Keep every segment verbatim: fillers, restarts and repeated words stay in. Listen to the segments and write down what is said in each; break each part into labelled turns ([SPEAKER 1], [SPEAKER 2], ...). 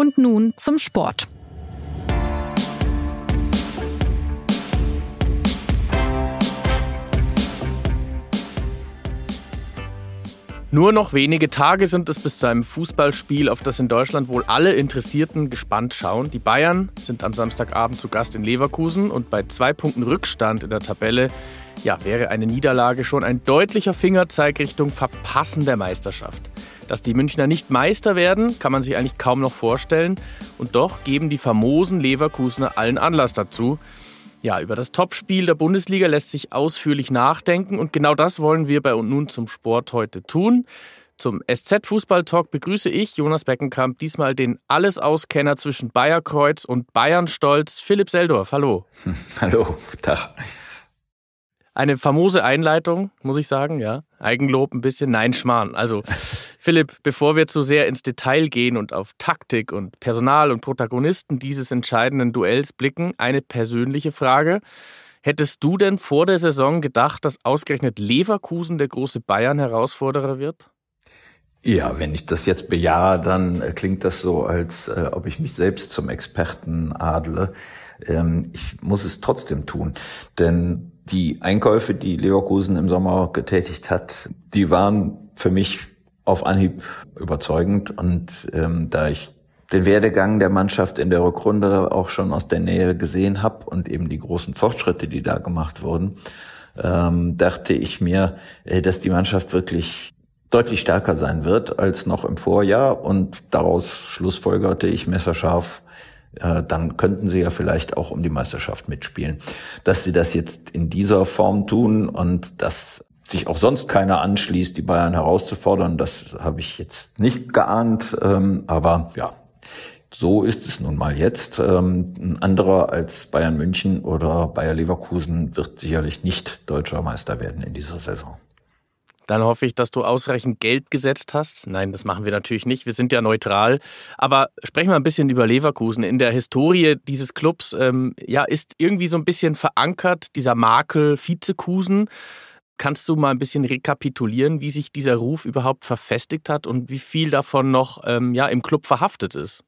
[SPEAKER 1] Und nun zum Sport.
[SPEAKER 2] Nur noch wenige Tage sind es bis zu einem Fußballspiel, auf das in Deutschland wohl alle Interessierten gespannt schauen. Die Bayern sind am Samstagabend zu Gast in Leverkusen und bei zwei Punkten Rückstand in der Tabelle ja, wäre eine Niederlage schon ein deutlicher Fingerzeig Richtung Verpassen der Meisterschaft. Dass die Münchner nicht Meister werden, kann man sich eigentlich kaum noch vorstellen. Und doch geben die famosen Leverkusener allen Anlass dazu. Ja, über das Topspiel der Bundesliga lässt sich ausführlich nachdenken und genau das wollen wir bei Und nun zum Sport heute tun. Zum S Z-Fußball-Talk begrüße ich, Jonas Beckenkamp, diesmal den Allesauskenner zwischen Bayerkreuz und Bayernstolz, Philipp Seldorf. Hallo.
[SPEAKER 3] Hallo, guten Tag.
[SPEAKER 2] Eine famose Einleitung, muss ich sagen, ja. Eigenlob ein bisschen, nein, Schmarrn. Also Philipp, bevor wir zu sehr ins Detail gehen und auf Taktik und Personal und Protagonisten dieses entscheidenden Duells blicken, eine persönliche Frage. Hättest du denn vor der Saison gedacht, dass ausgerechnet Leverkusen der große Bayern-Herausforderer wird?
[SPEAKER 3] Ja, wenn ich das jetzt bejahe, dann äh, klingt das so, als äh, ob ich mich selbst zum Experten adle. Ähm, ich muss es trotzdem tun, denn die Einkäufe, die Leverkusen im Sommer getätigt hat, die waren für mich auf Anhieb überzeugend. Und ähm, da ich den Werdegang der Mannschaft in der Rückrunde auch schon aus der Nähe gesehen habe und eben die großen Fortschritte, die da gemacht wurden, ähm, dachte ich mir, äh, dass die Mannschaft wirklich deutlich stärker sein wird als noch im Vorjahr. Und daraus schlussfolgerte ich messerscharf, äh, dann könnten sie ja vielleicht auch um die Meisterschaft mitspielen. Dass sie das jetzt in dieser Form tun und dass sich auch sonst keiner anschließt, die Bayern herauszufordern, das habe ich jetzt nicht geahnt. Ähm, aber ja, so ist es nun mal jetzt. Ähm, ein anderer als Bayern München oder Bayer Leverkusen wird sicherlich nicht deutscher Meister werden in dieser Saison.
[SPEAKER 2] Dann hoffe ich, dass du ausreichend Geld gesetzt hast. Nein, das machen wir natürlich nicht. Wir sind ja neutral. Aber sprechen wir ein bisschen über Leverkusen. In der Historie dieses Clubs ähm, ja, ist irgendwie so ein bisschen verankert dieser Makel Vizekusen. Kannst du mal ein bisschen rekapitulieren, wie sich dieser Ruf überhaupt verfestigt hat und wie viel davon noch ähm, ja, im Club verhaftet ist?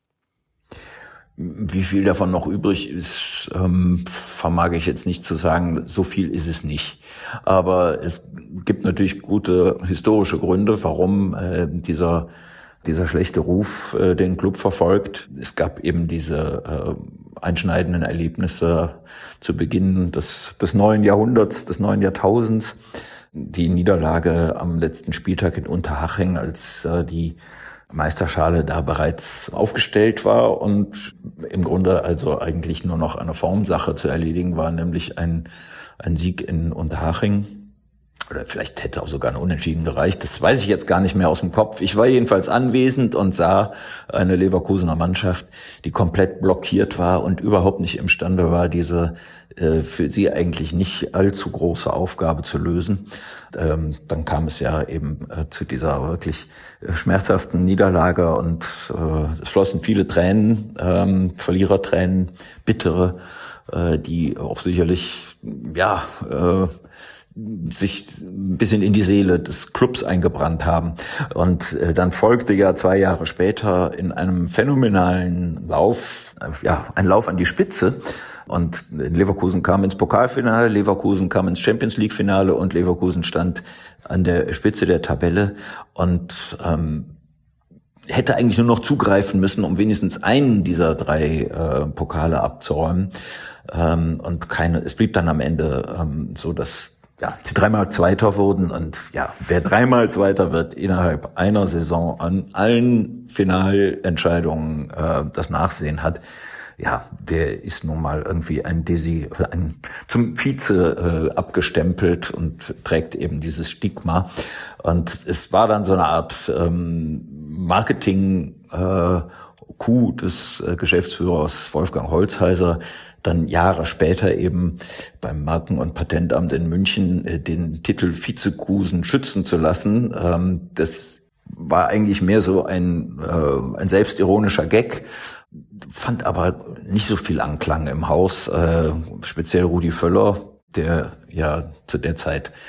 [SPEAKER 3] Wie viel davon noch übrig ist, ähm, vermag ich jetzt nicht zu sagen. So viel ist es nicht. Aber es gibt natürlich gute historische Gründe, warum äh, dieser dieser schlechte Ruf äh, den Club verfolgt. Es gab eben diese äh, einschneidenden Erlebnisse zu Beginn des, des neuen Jahrhunderts, des neuen Jahrtausends. Die Niederlage am letzten Spieltag in Unterhaching, als äh, die Meisterschale da bereits aufgestellt war und im Grunde also eigentlich nur noch eine Formsache zu erledigen war, nämlich ein, ein Sieg in Unterhaching. Oder vielleicht hätte auch sogar ein Unentschieden gereicht. Das weiß ich jetzt gar nicht mehr aus dem Kopf. Ich war jedenfalls anwesend und sah eine Leverkusener Mannschaft, die komplett blockiert war und überhaupt nicht imstande war, diese äh, für sie eigentlich nicht allzu große Aufgabe zu lösen. Ähm, dann kam es ja eben äh, zu dieser wirklich äh, schmerzhaften Niederlage und äh, es flossen viele Tränen, ähm, Verlierertränen, bittere, äh, die auch sicherlich, ja, äh, sich ein bisschen in die Seele des Clubs eingebrannt haben. Und äh, dann folgte ja zwei Jahre später in einem phänomenalen Lauf, äh, ja, ein Lauf an die Spitze. Und Leverkusen kam ins Pokalfinale, Leverkusen kam ins Champions-League-Finale und Leverkusen stand an der Spitze der Tabelle und ähm, hätte eigentlich nur noch zugreifen müssen, um wenigstens einen dieser drei äh, Pokale abzuräumen. Ähm, und keine, es blieb dann am Ende ähm, so, dass ja, sie dreimal Zweiter wurden und ja, wer dreimal Zweiter wird innerhalb einer Saison an allen Finalentscheidungen äh, das Nachsehen hat, ja, der ist nun mal irgendwie ein Desi, ein zum Vize äh, abgestempelt und trägt eben dieses Stigma. Und es war dann so eine Art ähm, Marketing äh, Coup des äh, Geschäftsführers Wolfgang Holzheiser, dann Jahre später eben beim Marken- und Patentamt in München äh, den Titel Vizekusen schützen zu lassen. Ähm, das war eigentlich mehr so ein, äh, ein selbstironischer Gag, fand aber nicht so viel Anklang im Haus. Äh, speziell Rudi Völler, der ja zu der Zeit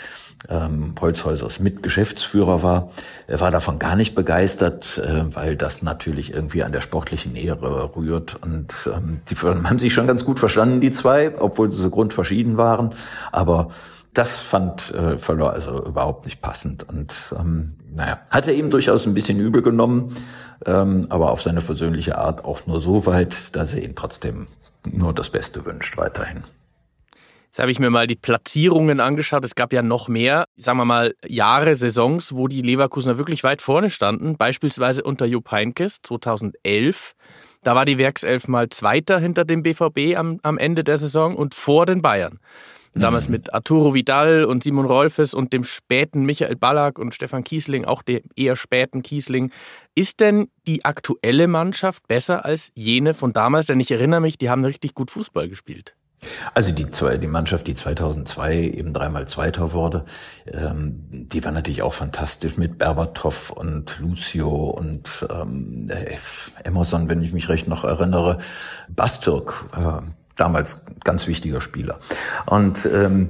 [SPEAKER 3] ähm, Holzhäusers Mitgeschäftsführer war. Er war davon gar nicht begeistert, äh, weil das natürlich irgendwie an der sportlichen Ehre rührt. Und ähm, die haben sich schon ganz gut verstanden, die zwei, obwohl sie so grundverschieden waren. Aber das fand äh, Völler also überhaupt nicht passend. Und ähm, naja, hat er ihm durchaus ein bisschen übel genommen, ähm, aber auf seine versöhnliche Art auch nur so weit, dass er ihm trotzdem nur das Beste wünscht weiterhin.
[SPEAKER 2] Jetzt habe ich mir mal die Platzierungen angeschaut. Es gab ja noch mehr, sagen wir mal, Jahre, Saisons, wo die Leverkusener wirklich weit vorne standen. Beispielsweise unter Jupp Heynckes zweitausendelf. Da war die Werkself mal Zweiter hinter dem B V B am, am Ende der Saison und vor den Bayern. Damals mit Arturo Vidal und Simon Rolfes und dem späten Michael Ballack und Stefan Kiesling, auch dem eher späten Kiesling. Ist denn die aktuelle Mannschaft besser als jene von damals? Denn ich erinnere mich, die haben richtig gut Fußball gespielt.
[SPEAKER 3] Also die zwei, die Mannschaft, die zweitausendzwei eben dreimal Zweiter wurde, ähm, die war natürlich auch fantastisch mit Berbatov und Lucio und ähm, Emerson, wenn ich mich recht noch erinnere, Bastürk, äh, damals ganz wichtiger Spieler. Und ähm,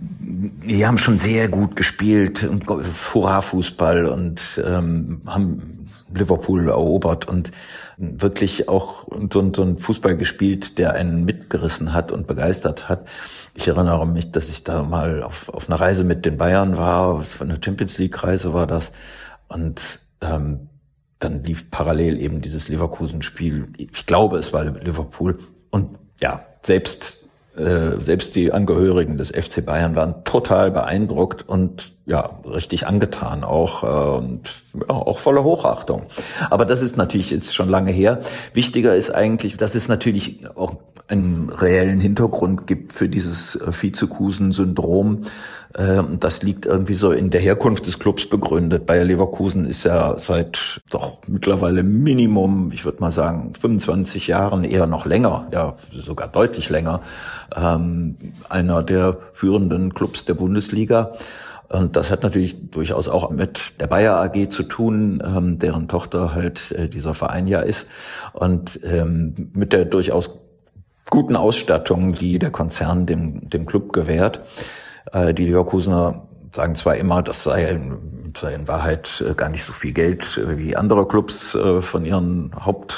[SPEAKER 3] die haben schon sehr gut gespielt und Hurra-Fußball und ähm, haben Liverpool erobert und wirklich auch so, so einen Fußball gespielt, der einen mitgerissen hat und begeistert hat. Ich erinnere mich, dass ich da mal auf, auf einer Reise mit den Bayern war, auf einer Champions-League-Reise war das. Und ähm, dann lief parallel eben dieses Leverkusen-Spiel. Ich glaube, es war Liverpool. Und ja, selbst äh, selbst die Angehörigen des F C Bayern waren total beeindruckt und ja, richtig angetan auch äh, und ja, auch voller Hochachtung. Aber das ist natürlich jetzt schon lange her. Wichtiger ist eigentlich, dass es natürlich auch einen reellen Hintergrund gibt für dieses Vizekusen-Syndrom. Äh, das liegt irgendwie so in der Herkunft des Clubs begründet. Bayer Leverkusen ist ja seit doch mittlerweile Minimum, ich würde mal sagen, fünfundzwanzig Jahren, eher noch länger, ja sogar deutlich länger, ähm, einer der führenden Clubs der Bundesliga. Und das hat natürlich durchaus auch mit der Bayer A G zu tun, ähm, deren Tochter halt äh, dieser Verein ja ist. Und ähm, mit der durchaus guten Ausstattung, die der Konzern dem, dem Club gewährt. Äh, die Leverkusener sagen zwar immer, das sei in, sei in Wahrheit äh, gar nicht so viel Geld äh, wie andere Clubs äh, von ihren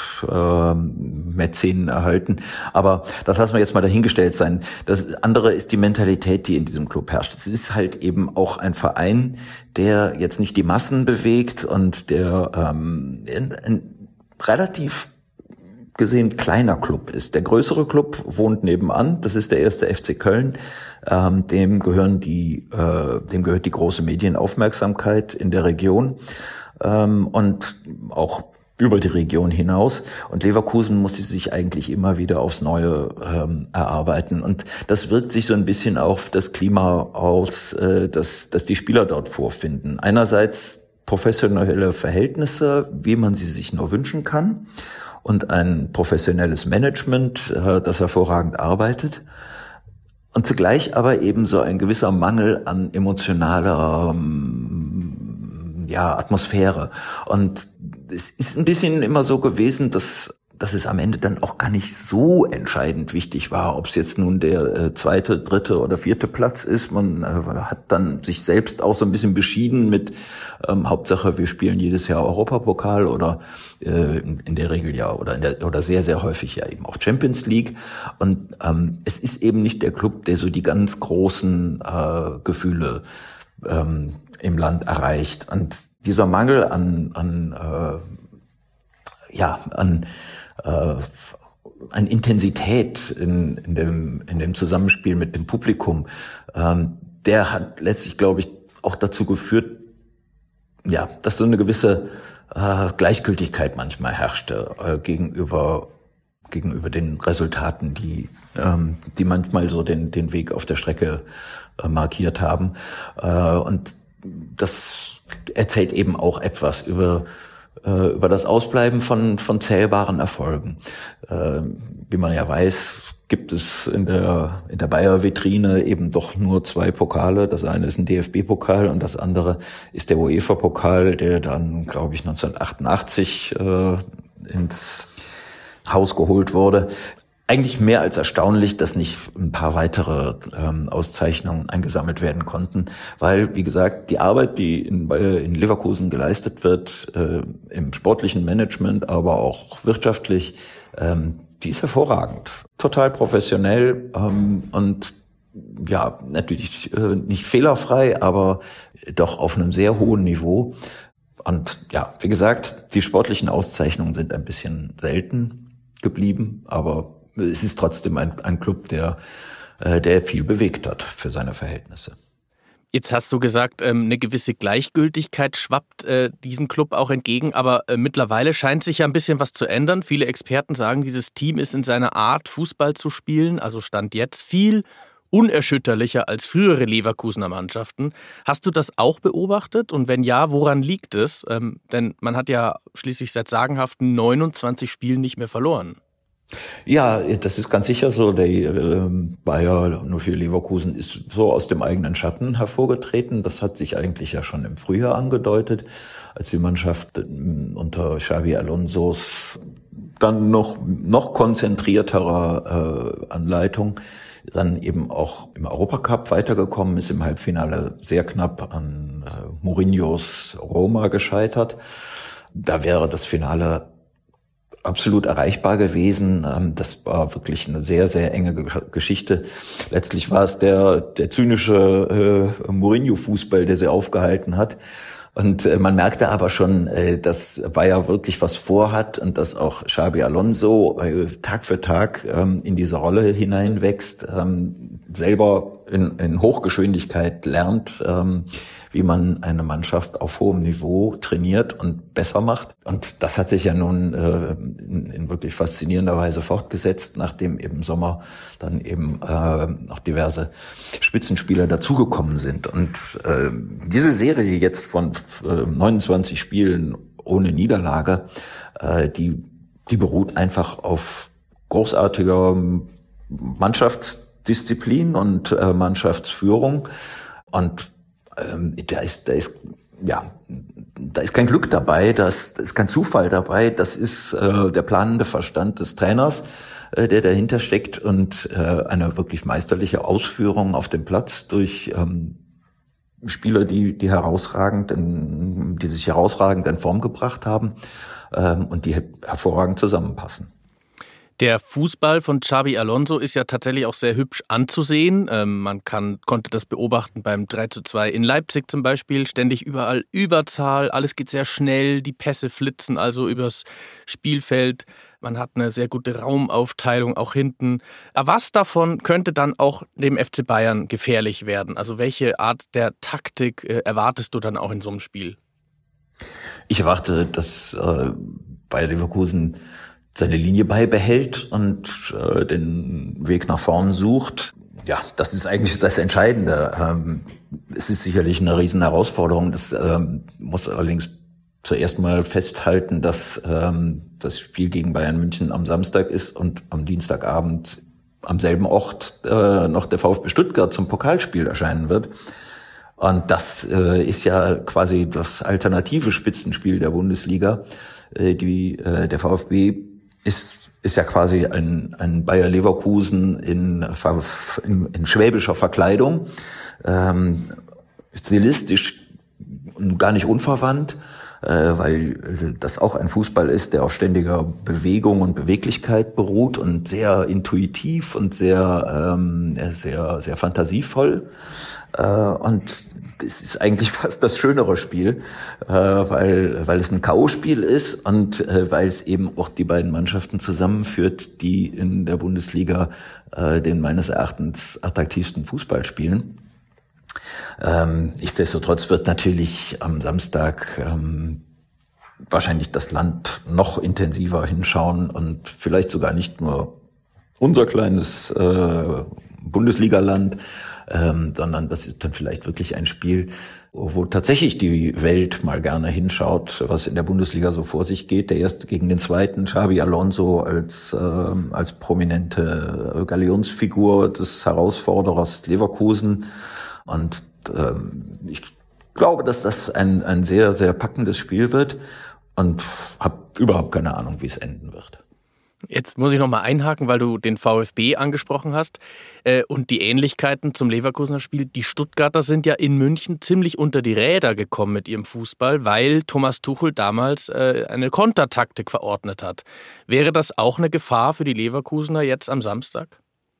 [SPEAKER 3] Hauptmäzenen äh, erhalten, aber das lassen wir jetzt mal dahingestellt sein. Das andere ist die Mentalität, die in diesem Club herrscht. Es ist halt eben auch ein Verein, der jetzt nicht die Massen bewegt und der ähm, in, in relativ gesehen kleiner Club ist. Der größere Club wohnt nebenan, das ist der erste F C Köln. Ähm, dem gehören die, äh, dem gehört die große Medienaufmerksamkeit in der Region ähm, und auch über die Region hinaus. Und Leverkusen muss sich eigentlich immer wieder aufs Neue ähm, erarbeiten. Und das wirkt sich so ein bisschen auf das Klima aus, äh, das, das die Spieler dort vorfinden. Einerseits professionelle Verhältnisse, wie man sie sich nur wünschen kann, und ein professionelles Management, das hervorragend arbeitet. Und zugleich aber eben so ein gewisser Mangel an emotionaler ja, Atmosphäre. Und es ist ein bisschen immer so gewesen, dass dass es am Ende dann auch gar nicht so entscheidend wichtig war, ob es jetzt nun der äh, zweite, dritte oder vierte Platz ist. Man äh, hat dann sich selbst auch so ein bisschen beschieden mit ähm, Hauptsache, wir spielen jedes Jahr Europapokal oder äh, in, in der Regel ja oder in der, oder sehr, sehr häufig ja eben auch Champions League. Und ähm, es ist eben nicht der Club, der so die ganz großen äh, Gefühle ähm, im Land erreicht. Und dieser Mangel an, an äh, ja, an Äh, an Intensität in, in dem in dem Zusammenspiel mit dem Publikum, ähm, der hat letztlich, glaube ich, auch dazu geführt, ja, dass so eine gewisse äh, Gleichgültigkeit manchmal herrschte äh, gegenüber gegenüber den Resultaten, die ähm, die manchmal so den den Weg auf der Strecke äh, markiert haben. Äh, und das erzählt eben auch etwas über über das Ausbleiben von von zählbaren Erfolgen. Äh, wie man ja weiß, gibt es in der in der Bayer-Vitrine eben doch nur zwei Pokale. Das eine ist ein D F B-Pokal und das andere ist der UEFA-Pokal, der dann, glaube ich, neunzehnhundertachtundachtzig äh, ins Haus geholt wurde. eigentlich mehr als erstaunlich, dass nicht ein paar weitere ähm, Auszeichnungen eingesammelt werden konnten, weil, wie gesagt, die Arbeit, die in, in Leverkusen geleistet wird, äh, im sportlichen Management, aber auch wirtschaftlich, ähm, die ist hervorragend, total professionell ähm, und ja, natürlich äh, nicht fehlerfrei, aber doch auf einem sehr hohen Niveau. Und ja, wie gesagt, die sportlichen Auszeichnungen sind ein bisschen selten geblieben, aber es ist trotzdem ein, ein Club, der, äh, der viel bewegt hat für seine Verhältnisse.
[SPEAKER 2] Jetzt hast du gesagt, ähm, eine gewisse Gleichgültigkeit schwappt äh, diesem Club auch entgegen, aber äh, mittlerweile scheint sich ja ein bisschen was zu ändern. Viele Experten sagen, dieses Team ist in seiner Art, Fußball zu spielen, also Stand jetzt viel unerschütterlicher als frühere Leverkusener Mannschaften. Hast du das auch beobachtet? Und wenn ja, woran liegt es? Ähm, denn man hat ja schließlich seit sagenhaften neunundzwanzig Spielen nicht mehr verloren.
[SPEAKER 3] Ja, das ist ganz sicher so. Der äh, Bayer null vier Leverkusen ist so aus dem eigenen Schatten hervorgetreten. Das hat sich eigentlich ja schon im Frühjahr angedeutet, als die Mannschaft äh, unter Xabi Alonsos dann noch noch konzentrierterer äh, Anleitung dann eben auch im Europacup weitergekommen ist, im Halbfinale sehr knapp an äh, Mourinhos Roma gescheitert. Da wäre das Finale absolut erreichbar gewesen. Das war wirklich eine sehr, sehr enge Geschichte. Letztlich war es der, der zynische äh, Mourinho-Fußball, der sie aufgehalten hat. Und äh, man merkte aber schon, äh, dass Bayer wirklich was vorhat und dass auch Xabi Alonso äh, Tag für Tag ähm, in diese Rolle hineinwächst, ähm, selber in, in Hochgeschwindigkeit lernt, ähm, wie man eine Mannschaft auf hohem Niveau trainiert und besser macht. Und das hat sich ja nun äh, in, in wirklich faszinierender Weise fortgesetzt, nachdem im Sommer dann eben äh, noch diverse Spitzenspieler dazugekommen sind. Und äh, diese Serie jetzt von äh, neunundzwanzig Spielen ohne Niederlage, äh, die, die beruht einfach auf großartiger Mannschaftsdisziplin und äh, Mannschaftsführung. Und ähm, da ist, da ist, ja, da ist kein Glück dabei, da ist, da ist kein Zufall dabei. Das ist äh, der planende Verstand des Trainers, äh, der dahinter steckt und äh, eine wirklich meisterliche Ausführung auf dem Platz durch ähm, Spieler, die, die herausragend, in, die sich herausragend in Form gebracht haben ähm, und die hervorragend zusammenpassen.
[SPEAKER 2] Der Fußball von Xabi Alonso ist ja tatsächlich auch sehr hübsch anzusehen. Ähm, man kann, konnte das beobachten beim drei zu zwei in Leipzig zum Beispiel. Ständig überall Überzahl, alles geht sehr schnell, die Pässe flitzen also übers Spielfeld. Man hat eine sehr gute Raumaufteilung auch hinten. Aber was davon könnte dann auch dem F C Bayern gefährlich werden? Also welche Art der Taktik äh, erwartest du dann auch in so einem Spiel?
[SPEAKER 3] Ich erwarte, dass äh, Bayer Leverkusen seine Linie beibehält und äh, den Weg nach vorn sucht. Ja, das ist eigentlich das Entscheidende. Ähm, es ist sicherlich eine riesen Herausforderung. Das ähm, muss allerdings zuerst mal festhalten, dass ähm, das Spiel gegen Bayern München am Samstag ist und am Dienstagabend am selben Ort äh, noch der VfB Stuttgart zum Pokalspiel erscheinen wird. Und das äh, ist ja quasi das alternative Spitzenspiel der Bundesliga. Äh, die, äh, der VfB ist ist ja quasi ein, ein Bayer Leverkusen in, in, in schwäbischer Verkleidung, ähm, stilistisch gar nicht unverwandt, äh, weil das auch ein Fußball ist, der auf ständiger Bewegung und Beweglichkeit beruht und sehr intuitiv und sehr ähm, sehr sehr fantasievoll. Äh, und es ist eigentlich fast das schönere Spiel, äh, weil weil es ein K O-Spiel ist und äh, weil es eben auch die beiden Mannschaften zusammenführt, die in der Bundesliga äh, den meines Erachtens attraktivsten Fußball spielen. Ähm, nichtsdestotrotz wird natürlich am Samstag ähm, wahrscheinlich das Land noch intensiver hinschauen und vielleicht sogar nicht nur unser kleines äh, Bundesliga-Land, ähm, sondern das ist dann vielleicht wirklich ein Spiel, wo tatsächlich die Welt mal gerne hinschaut, was in der Bundesliga so vor sich geht. Der erste gegen den zweiten, Xabi Alonso als ähm, als prominente Galionsfigur des Herausforderers Leverkusen. Und ähm, ich glaube, dass das ein ein sehr, sehr packendes Spiel wird und habe überhaupt keine Ahnung, wie es enden wird.
[SPEAKER 2] Jetzt muss ich noch mal einhaken, weil du den VfB angesprochen hast äh, und die Ähnlichkeiten zum Leverkusener Spiel. Die Stuttgarter sind ja in München ziemlich unter die Räder gekommen mit ihrem Fußball, weil Thomas Tuchel damals äh, eine Kontertaktik verordnet hat. Wäre das auch eine Gefahr für die Leverkusener jetzt am Samstag?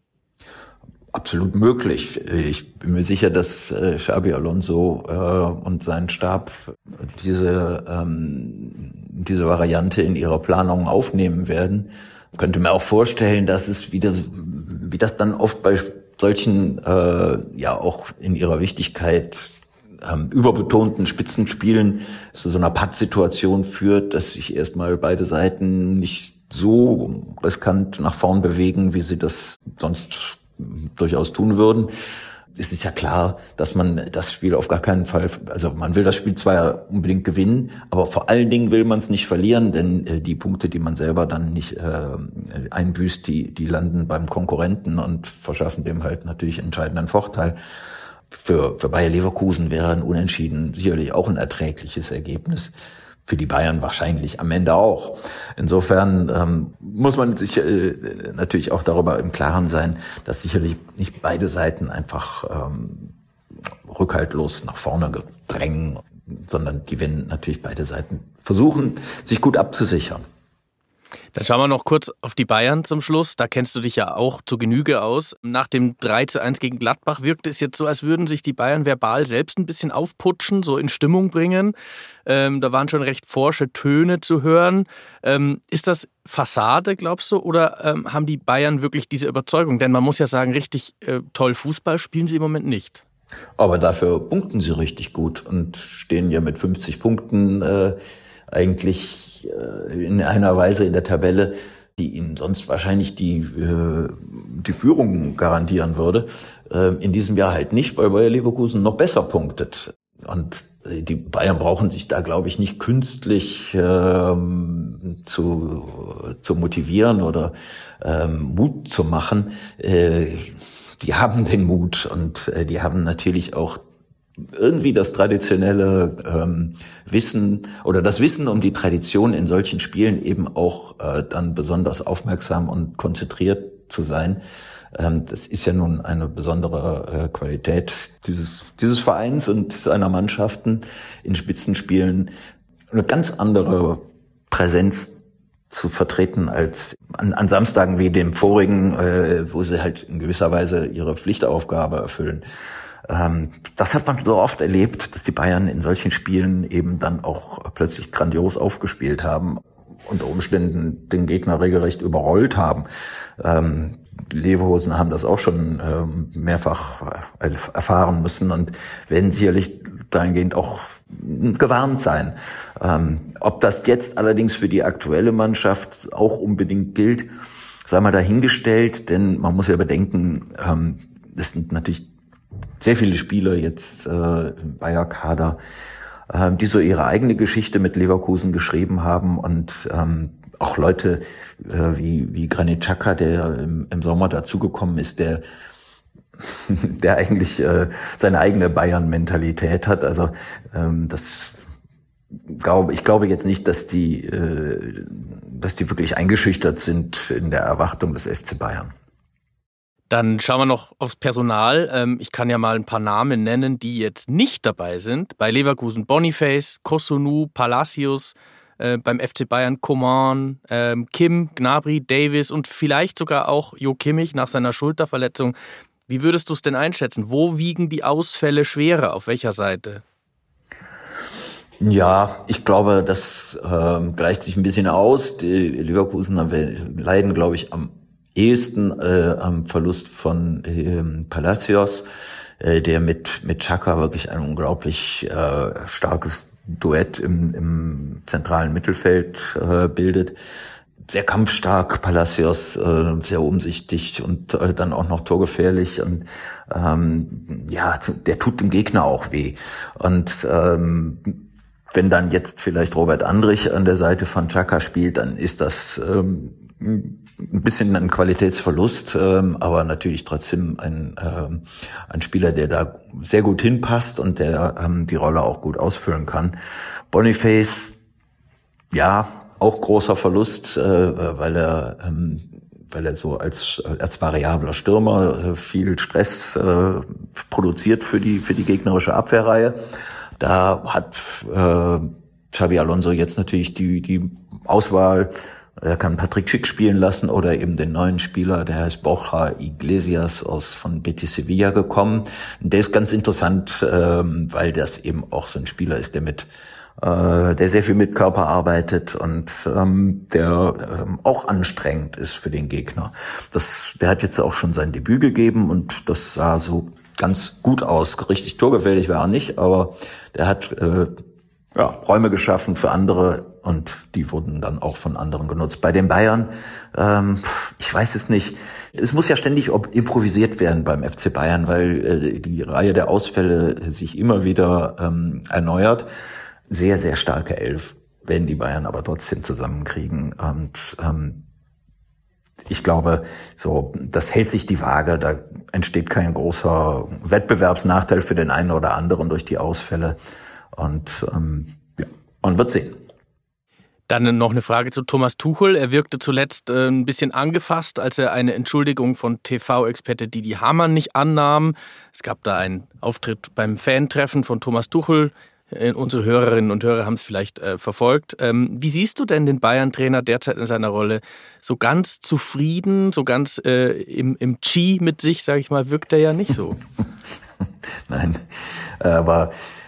[SPEAKER 3] Absolut möglich. Ich bin mir sicher, dass äh, Xabi Alonso äh, und sein Stab diese ähm, diese Variante in ihrer Planung aufnehmen werden. Ich könnte mir auch vorstellen, dass es wieder, wie das dann oft bei solchen äh, ja auch in ihrer Wichtigkeit ähm, überbetonten Spitzenspielen zu so einer Pattsituation führt, dass sich erstmal beide Seiten nicht so riskant nach vorn bewegen, wie sie das sonst durchaus tun würden. Es ist ja klar, dass man das Spiel auf gar keinen Fall, also man will das Spiel zwar unbedingt gewinnen, aber vor allen Dingen will man es nicht verlieren, denn äh, die Punkte, die man selber dann nicht äh, einbüßt, die die landen beim Konkurrenten und verschaffen dem halt natürlich entscheidenden Vorteil. Für für Bayer Leverkusen wäre ein Unentschieden sicherlich auch ein erträgliches Ergebnis. Für die Bayern wahrscheinlich am Ende auch. Insofern ähm, muss man sich äh, natürlich auch darüber im Klaren sein, dass sicherlich nicht beide Seiten einfach ähm, rückhaltlos nach vorne drängen, sondern die werden natürlich beide Seiten versuchen, sich gut abzusichern.
[SPEAKER 2] Dann schauen wir noch kurz auf die Bayern zum Schluss. Da kennst du dich ja auch zur Genüge aus. Nach dem drei zu eins gegen Gladbach wirkte es jetzt so, als würden sich die Bayern verbal selbst ein bisschen aufputschen, so in Stimmung bringen. Ähm, da waren schon recht forsche Töne zu hören. Ähm, ist das Fassade, glaubst du, oder ähm, haben die Bayern wirklich diese Überzeugung? Denn man muss ja sagen, richtig äh, toll Fußball spielen sie im Moment nicht.
[SPEAKER 3] Aber dafür punkten sie richtig gut und stehen ja mit fünfzig Punkten äh, eigentlich in einer Weise in der Tabelle, die ihnen sonst wahrscheinlich die die Führung garantieren würde. In diesem Jahr halt nicht, weil Bayer Leverkusen noch besser punktet. Und die Bayern brauchen sich da, glaube ich, nicht künstlich ähm, zu zu motivieren oder ähm, Mut zu machen. Äh, die haben den Mut und äh, die haben natürlich auch irgendwie das traditionelle ähm, Wissen oder das Wissen um die Tradition in solchen Spielen eben auch äh, dann besonders aufmerksam und konzentriert zu sein. Ähm, das ist ja nun eine besondere äh, Qualität dieses dieses Vereins und seiner Mannschaften in Spitzenspielen, eine ganz andere Präsenz zu vertreten als an, an Samstagen wie dem vorigen, äh, wo sie halt in gewisser Weise ihre Pflichtaufgabe erfüllen. Das hat man so oft erlebt, dass die Bayern in solchen Spielen eben dann auch plötzlich grandios aufgespielt haben, unter Umständen den Gegner regelrecht überrollt haben. Ähm, Leverkusen haben das auch schon ähm, mehrfach erfahren müssen und werden sicherlich dahingehend auch gewarnt sein. Ähm, ob das jetzt allerdings für die aktuelle Mannschaft auch unbedingt gilt, sei mal dahingestellt, denn man muss ja bedenken, ähm, es sind natürlich sehr viele Spieler jetzt äh, im Bayer-Kader, äh, die so ihre eigene Geschichte mit Leverkusen geschrieben haben und ähm, auch Leute äh, wie wie Granit Xhaka, der im, im Sommer dazugekommen ist, der der eigentlich äh, seine eigene Bayern-Mentalität hat. Also ähm, das glaube ich glaube jetzt nicht, dass die äh, dass die wirklich eingeschüchtert sind in der Erwartung des F C Bayern.
[SPEAKER 2] Dann schauen wir noch aufs Personal. Ich kann ja mal ein paar Namen nennen, die jetzt nicht dabei sind. Bei Leverkusen Boniface, Kosunu, Palacios, äh, beim F C Bayern Coman, äh, Kim, Gnabry, Davis und vielleicht sogar auch Jo Kimmich nach seiner Schulterverletzung. Wie würdest du es denn einschätzen? Wo wiegen die Ausfälle schwerer? Auf welcher Seite?
[SPEAKER 3] Ja, ich glaube, das äh, gleicht sich ein bisschen aus. Die Leverkusener leiden, glaube ich, am ehesten äh, am Verlust von äh, Palacios, äh, der mit mit Xhaka wirklich ein unglaublich äh, starkes Duett im, im zentralen Mittelfeld äh, bildet. Sehr kampfstark, Palacios, äh, sehr umsichtig und äh, dann auch noch torgefährlich und ähm, ja, der tut dem Gegner auch weh. Und ähm, wenn dann jetzt vielleicht Robert Andrich an der Seite von Xhaka spielt, dann ist das ähm, ein bisschen ein Qualitätsverlust, ähm, aber natürlich trotzdem ein, ähm, ein Spieler, der da sehr gut hinpasst und der ähm, die Rolle auch gut ausfüllen kann. Boniface, ja, auch großer Verlust, äh, weil er ähm, weil er so als als variabler Stürmer äh, viel Stress äh, produziert für die für die gegnerische Abwehrreihe. Da hat äh, Xabi Alonso jetzt natürlich die die Auswahl. Er kann Patrick Schick spielen lassen oder eben den neuen Spieler, der heißt Borja Iglesias aus von Betis Sevilla gekommen. Und der ist ganz interessant, ähm, weil das eben auch so ein Spieler ist, der mit äh, der sehr viel mit Körper arbeitet und ähm, der ähm, auch anstrengend ist für den Gegner. Das, der hat jetzt auch schon sein Debüt gegeben und das sah so ganz gut aus. Richtig torgefährlich war er nicht, aber der hat äh, ja, Räume geschaffen für andere und die wurden dann auch von anderen genutzt. Bei den Bayern, ähm, ich weiß es nicht. Es muss ja ständig improvisiert werden beim F C Bayern, weil äh, die Reihe der Ausfälle sich immer wieder ähm, erneuert. Sehr, sehr starke Elf werden die Bayern aber trotzdem zusammenkriegen. Und ähm, ich glaube, so das hält sich die Waage. Da entsteht kein großer Wettbewerbsnachteil für den einen oder anderen durch die Ausfälle. Und ähm, ja, man wird sehen.
[SPEAKER 2] Dann noch eine Frage zu Thomas Tuchel. Er wirkte zuletzt äh, ein bisschen angefasst, als er eine Entschuldigung von T V-Experte Didi Hamann nicht annahm. Es gab da einen Auftritt beim Fan-Treffen von Thomas Tuchel. Äh, unsere Hörerinnen und Hörer haben es vielleicht äh, verfolgt. Ähm, wie siehst du denn den Bayern-Trainer derzeit in seiner Rolle? So ganz zufrieden, so ganz äh, im, im Chi mit sich, sage ich mal, wirkt er ja nicht so.
[SPEAKER 3] Nein, aber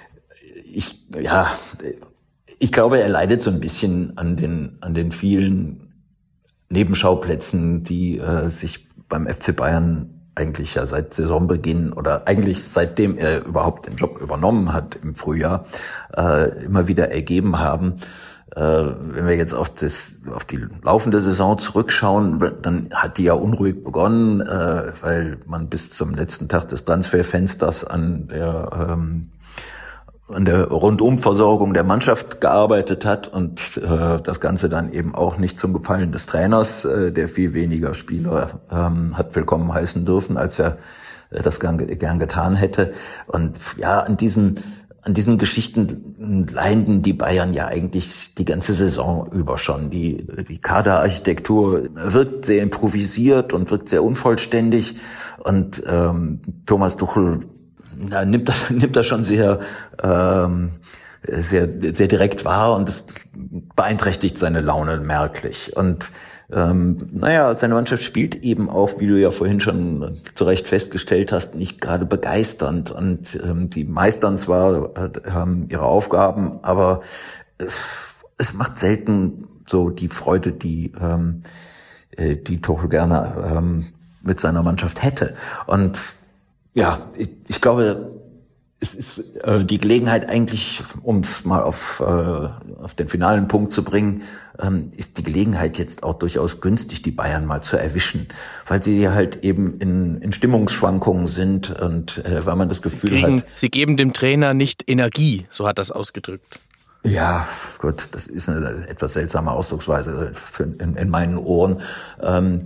[SPEAKER 3] ich, ja, ich glaube, er leidet so ein bisschen an den, an den vielen Nebenschauplätzen, die äh, sich beim F C Bayern eigentlich ja seit Saisonbeginn oder eigentlich seitdem er überhaupt den Job übernommen hat im Frühjahr, äh, immer wieder ergeben haben. Äh, wenn wir jetzt auf das, auf die laufende Saison zurückschauen, dann hat die ja unruhig begonnen, äh, weil man bis zum letzten Tag des Transferfensters an der, ähm, an der Rundumversorgung der Mannschaft gearbeitet hat und äh, das Ganze dann eben auch nicht zum Gefallen des Trainers, äh, der viel weniger Spieler ähm, hat willkommen heißen dürfen, als er äh, das gern, gern getan hätte. Und ja, an diesen an diesen Geschichten leiden die Bayern ja eigentlich die ganze Saison über schon. Die die Kaderarchitektur wirkt sehr improvisiert und wirkt sehr unvollständig und ähm, Thomas Tuchel Na, nimmt das, nimmt das schon sehr, ähm, sehr, sehr direkt wahr und es beeinträchtigt seine Laune merklich. Und ähm, naja, seine Mannschaft spielt eben auch, wie du ja vorhin schon zu Recht festgestellt hast, nicht gerade begeisternd. Und ähm, die meistern zwar äh, ihre Aufgaben, aber äh, es macht selten so die Freude, die ähm, äh, die Tuchel gerne ähm, mit seiner Mannschaft hätte. Und ja, ich, ich glaube, es ist äh, die Gelegenheit eigentlich, um es mal auf, äh, auf den finalen Punkt zu bringen, ähm, ist die Gelegenheit jetzt auch durchaus günstig, die Bayern mal zu erwischen, weil sie halt eben in, in Stimmungsschwankungen sind und äh, weil man das Gefühl
[SPEAKER 2] sie kriegen,
[SPEAKER 3] hat...
[SPEAKER 2] Sie geben dem Trainer nicht Energie, so hat das ausgedrückt.
[SPEAKER 3] Ja, gut, das ist eine etwas seltsame Ausdrucksweise für, in, in meinen Ohren. Ähm,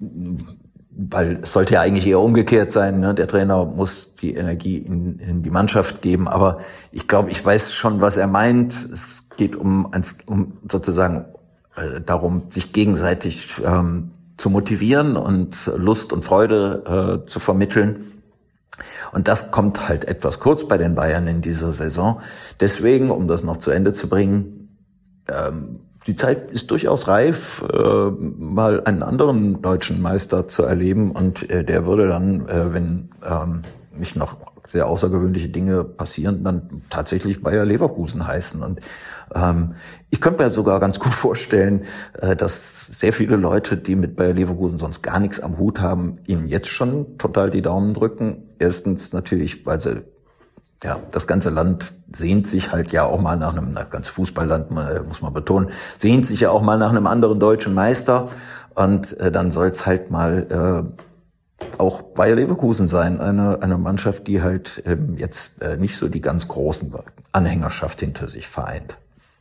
[SPEAKER 3] Weil es sollte ja eigentlich eher umgekehrt sein, ne? Der Trainer muss die Energie in, in die Mannschaft geben. Aber ich glaube, ich weiß schon, was er meint. Es geht um, um sozusagen äh, darum, sich gegenseitig ähm, zu motivieren und Lust und Freude äh, zu vermitteln. Und das kommt halt etwas kurz bei den Bayern in dieser Saison. Deswegen, um das noch zu Ende zu bringen, ähm, die Zeit ist durchaus reif, äh, mal einen anderen deutschen Meister zu erleben und äh, der würde dann, äh, wenn ähm, nicht noch sehr außergewöhnliche Dinge passieren, dann tatsächlich Bayer Leverkusen heißen. Und ähm, ich könnte mir sogar ganz gut vorstellen, äh, dass sehr viele Leute, die mit Bayer Leverkusen sonst gar nichts am Hut haben, ihnen jetzt schon total die Daumen drücken. Erstens natürlich, weil sie Ja, das ganze Land sehnt sich halt ja auch mal nach einem, das ganze Fußballland, muss man betonen, sehnt sich ja auch mal nach einem anderen deutschen Meister. Und äh, dann soll es halt mal äh, auch Bayer Leverkusen sein, eine eine Mannschaft, die halt ähm, jetzt äh, nicht so die ganz großen Anhängerschaft hinter sich vereint.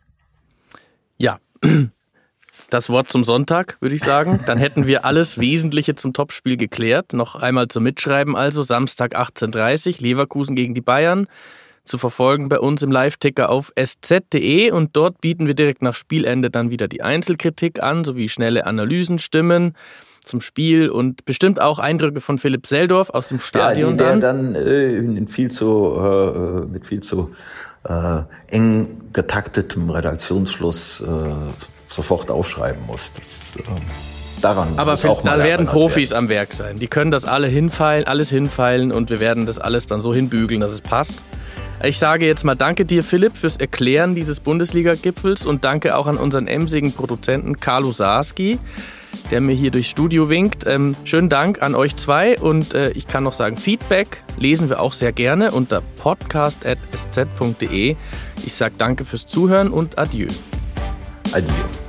[SPEAKER 2] Ja, das Wort zum Sonntag, würde ich sagen. Dann hätten wir alles Wesentliche zum Topspiel geklärt. Noch einmal zum Mitschreiben also. Samstag achtzehn Uhr dreißig, Leverkusen gegen die Bayern. zu verfolgen bei uns im Live-Ticker auf s z punkt d e und dort bieten wir direkt nach Spielende dann wieder die Einzelkritik an, sowie schnelle Analysenstimmen zum Spiel und bestimmt auch Eindrücke von Philipp Seldorf aus dem Stadion.
[SPEAKER 3] Ja, der dann, dann äh, in viel zu, äh, mit viel zu äh, eng getaktetem Redaktionsschluss äh, sofort aufschreiben muss. Das, äh, daran
[SPEAKER 2] Aber
[SPEAKER 3] muss auch mal
[SPEAKER 2] da werden Profis
[SPEAKER 3] werden.
[SPEAKER 2] am Werk sein. Die können das alle hinfeilen, alles hinfeilen und wir werden das alles dann so hinbügeln, dass es passt. Ich sage jetzt mal danke dir, Philipp, fürs Erklären dieses Bundesliga-Gipfels und danke auch an unseren emsigen Produzenten Carlo Sarski, der mir hier durchs Studio winkt. Ähm, schönen Dank an euch zwei und äh, ich kann noch sagen, Feedback lesen wir auch sehr gerne unter podcast at s z punkt d e. Ich sage danke fürs Zuhören und adieu.
[SPEAKER 3] Adieu.